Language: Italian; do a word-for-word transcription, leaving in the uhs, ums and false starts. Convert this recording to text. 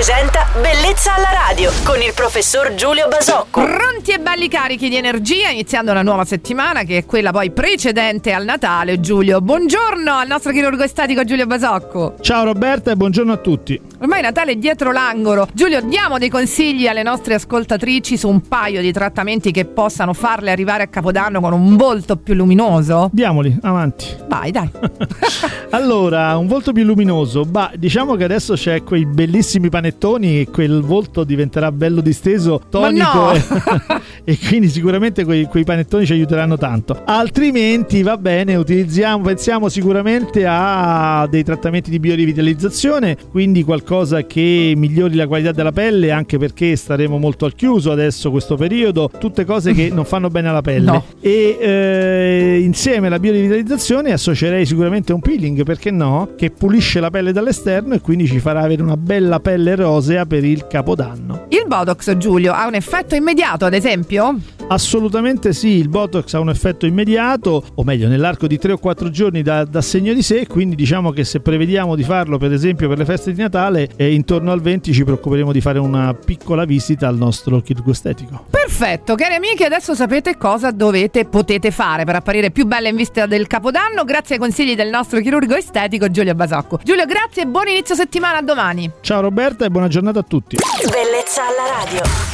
presenta Bellezza alla radio con il professor Giulio Basocco. Pronti e belli carichi di energia, iniziando la nuova settimana che è quella poi precedente al Natale. Giulio, buongiorno al nostro chirurgo estetico Giulio Basocco. Ciao Roberta e buongiorno a tutti. Ormai Natale è dietro l'angolo. Giulio, diamo dei consigli alle nostre ascoltatrici su un paio di trattamenti che possano farle arrivare a Capodanno con un volto più luminoso? Diamoli, avanti. Vai, dai. Allora, un volto più luminoso. Bah, diciamo che adesso c'è quei bellissimi panettoni e quel volto diventerà bello disteso, tonico. Ma no! e, e quindi sicuramente quei, quei panettoni ci aiuteranno tanto. Altrimenti va bene, utilizziamo, pensiamo sicuramente a dei trattamenti di biorivitalizzazione, quindi qualcosa che migliori la qualità della pelle, anche perché staremo molto al chiuso adesso questo periodo, tutte cose che non fanno bene alla pelle. No. E eh, insieme alla biorivitalizzazione associerei sicuramente un peeling, perché no, che pulisce la pelle dall'esterno e quindi ci farà avere una bella pelle rosea per il Capodanno. Il Botox, Giulio, ha un effetto immediato, ad esempio? Assolutamente sì, il Botox ha un effetto immediato, o meglio nell'arco di tre o quattro giorni da, da segno di sé, quindi diciamo che se prevediamo di farlo per esempio per le feste di Natale, eh, intorno al venti ci preoccuperemo di fare una piccola visita al nostro chirurgo estetico. Perfetto, cari amiche, adesso sapete cosa dovete, potete fare per apparire più belle in vista del Capodanno, grazie ai consigli del nostro chirurgo estetico Giulio Basocco. Giulio, grazie e buon inizio settimana, a domani. Ciao Roberta e buona giornata a tutti. Bellezza alla radio.